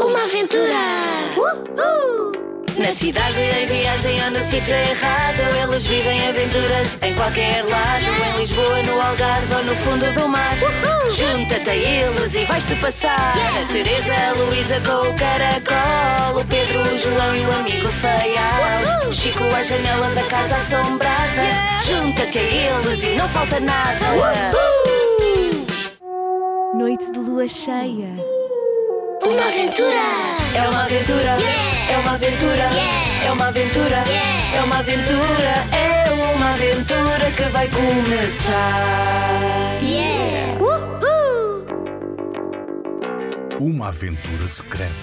Uma aventura! Na cidade, em viagem ou no sítio errado, eles vivem aventuras em qualquer lado. Em Lisboa, no Algarve ou no fundo do mar. Junta-te a eles e vais-te passar. A Teresa, a Luísa com o caracol, o Pedro, o João e o amigo Feial, o Chico à janela da casa assombrada. Junta-te a eles e não falta nada. Noite de lua cheia. Uma aventura! É uma aventura! É uma aventura! É uma aventura! É uma aventura! É uma aventura que vai começar! Uma aventura secreta.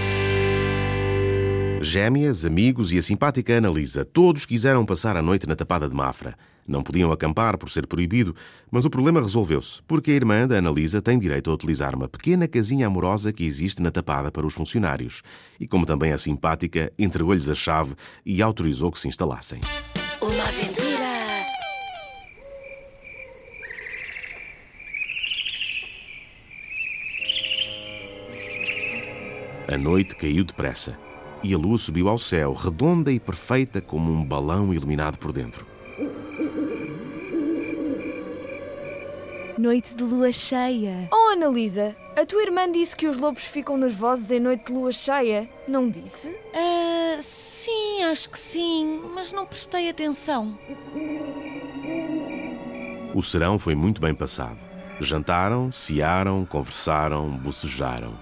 Gêmeas, amigos e a simpática Analisa, todos quiseram passar a noite na Tapada de Mafra. Não podiam acampar por ser proibido, mas o problema resolveu-se, porque a irmã da Analisa tem direito a utilizar uma pequena casinha amorosa que existe na Tapada para os funcionários. E como também é simpática, entregou-lhes a chave e autorizou que se instalassem. Uma aventura! A noite caiu depressa e a lua subiu ao céu, redonda e perfeita como um balão iluminado por dentro. Noite de lua cheia. Oh, Analisa, a tua irmã disse que os lobos ficam nervosos em noite de lua cheia. Não disse? Sim, acho que sim, mas não prestei atenção. O serão foi muito bem passado. Jantaram, cearam, conversaram, bocejaram.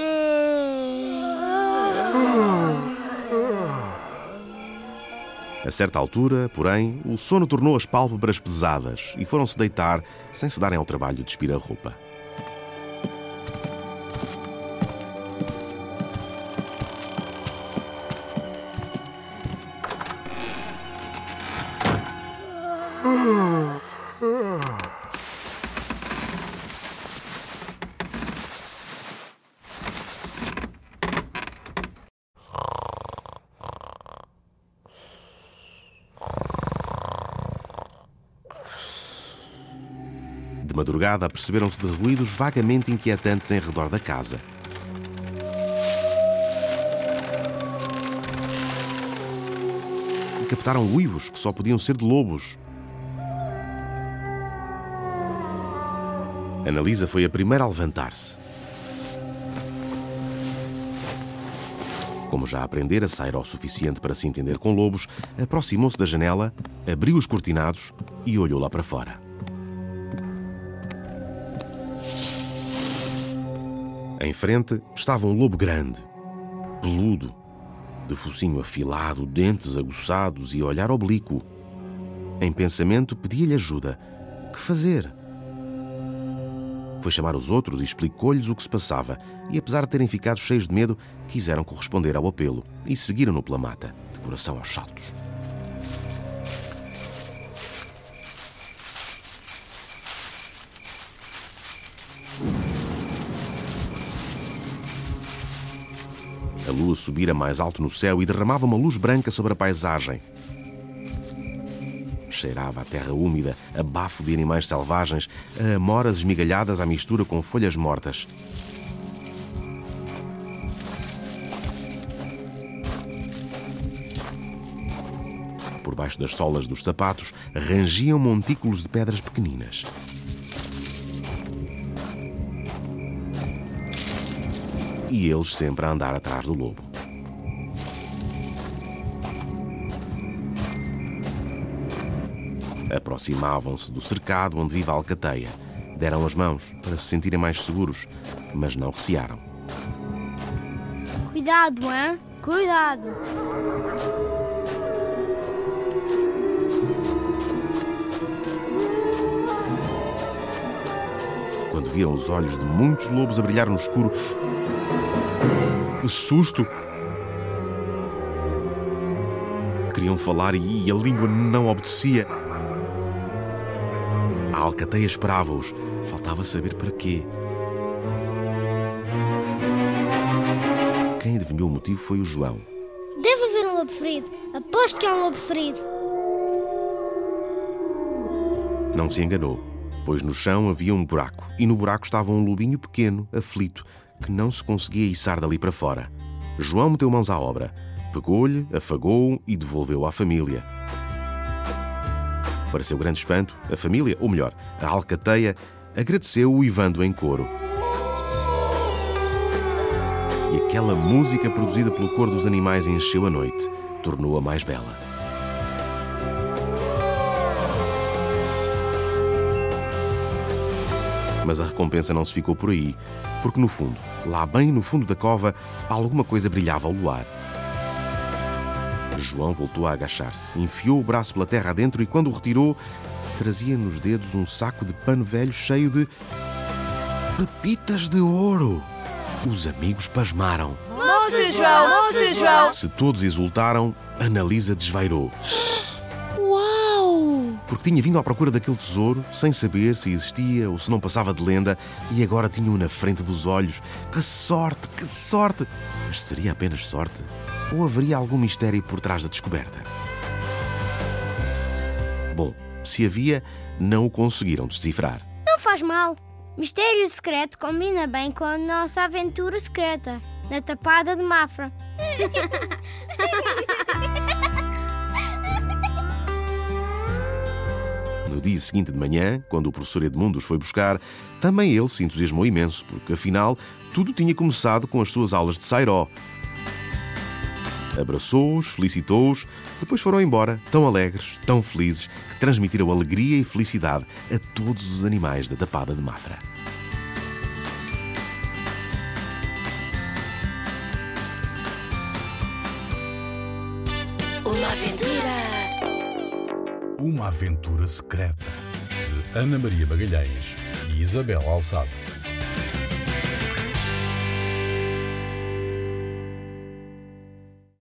A certa altura, porém, o sono tornou as pálpebras pesadas e foram-se deitar sem se darem ao trabalho de despir a roupa. De madrugada, aperceberam-se de ruídos vagamente inquietantes em redor da casa. E captaram uivos que só podiam ser de lobos. Analisa foi a primeira a levantar-se. Como já aprendera a sair o suficiente para se entender com lobos, aproximou-se da janela, abriu os cortinados e olhou lá para fora. Em frente estava um lobo grande, peludo, de focinho afilado, dentes aguçados e olhar oblíquo. Em pensamento, pedia-lhe ajuda. Que fazer? Foi chamar os outros e explicou-lhes o que se passava, e apesar de terem ficado cheios de medo, quiseram corresponder ao apelo e seguiram-no pela mata, de coração aos saltos. A lua subira mais alto no céu e derramava uma luz branca sobre a paisagem. Cheirava a terra úmida, a bafo de animais selvagens, a amoras esmigalhadas à mistura com folhas mortas. Por baixo das solas dos sapatos rangiam montículos de pedras pequeninas. E eles sempre a andar atrás do lobo. Aproximavam-se do cercado onde vive a alcateia. Deram as mãos para se sentirem mais seguros, mas não recearam. Cuidado, hein? Cuidado! Quando viram os olhos de muitos lobos a brilhar no escuro, que susto! Queriam falar e a língua não obedecia. A alcateia esperava-os. Faltava saber para quê. Quem adivinhou o motivo foi o João. Deve haver um lobo ferido. Aposto que é um lobo ferido. Não se enganou, pois no chão havia um buraco e no buraco estava um lobinho pequeno, aflito, que não se conseguia içar dali para fora. João meteu mãos à obra, pegou-lhe, afagou-o e devolveu-o à família. Para seu grande espanto, a família, ou melhor, a alcateia, agradeceu uivando em coro. E aquela música produzida pelo coro dos animais encheu a noite, tornou-a mais bela. Mas a recompensa não se ficou por aí, porque no fundo, lá bem no fundo da cova, alguma coisa brilhava ao luar. João voltou a agachar-se, enfiou o braço pela terra adentro e, quando o retirou, trazia nos dedos um saco de pano velho cheio de pepitas de ouro. Os amigos pasmaram. Mostra, João! Mostra, João! Se todos exultaram, Annalisa desvairou. Uau! Porque tinha vindo à procura daquele tesouro, sem saber se existia ou se não passava de lenda, e agora tinha-o na frente dos olhos. Que sorte! Que sorte! Mas seria apenas sorte? Ou haveria algum mistério por trás da descoberta? Bom, se havia, não o conseguiram decifrar. Não faz mal. Mistério secreto combina bem com a nossa aventura secreta, na Tapada de Mafra. No dia seguinte de manhã, quando o professor Edmundo os foi buscar, também ele se entusiasmou imenso, porque afinal tudo tinha começado com as suas aulas de sairó. Abraçou-os, felicitou-os, depois foram embora, tão alegres, tão felizes, que transmitiram alegria e felicidade a todos os animais da Tapada de Mafra. Uma aventura! Uma aventura secreta, de Ana Maria Magalhães e Isabel Alçada.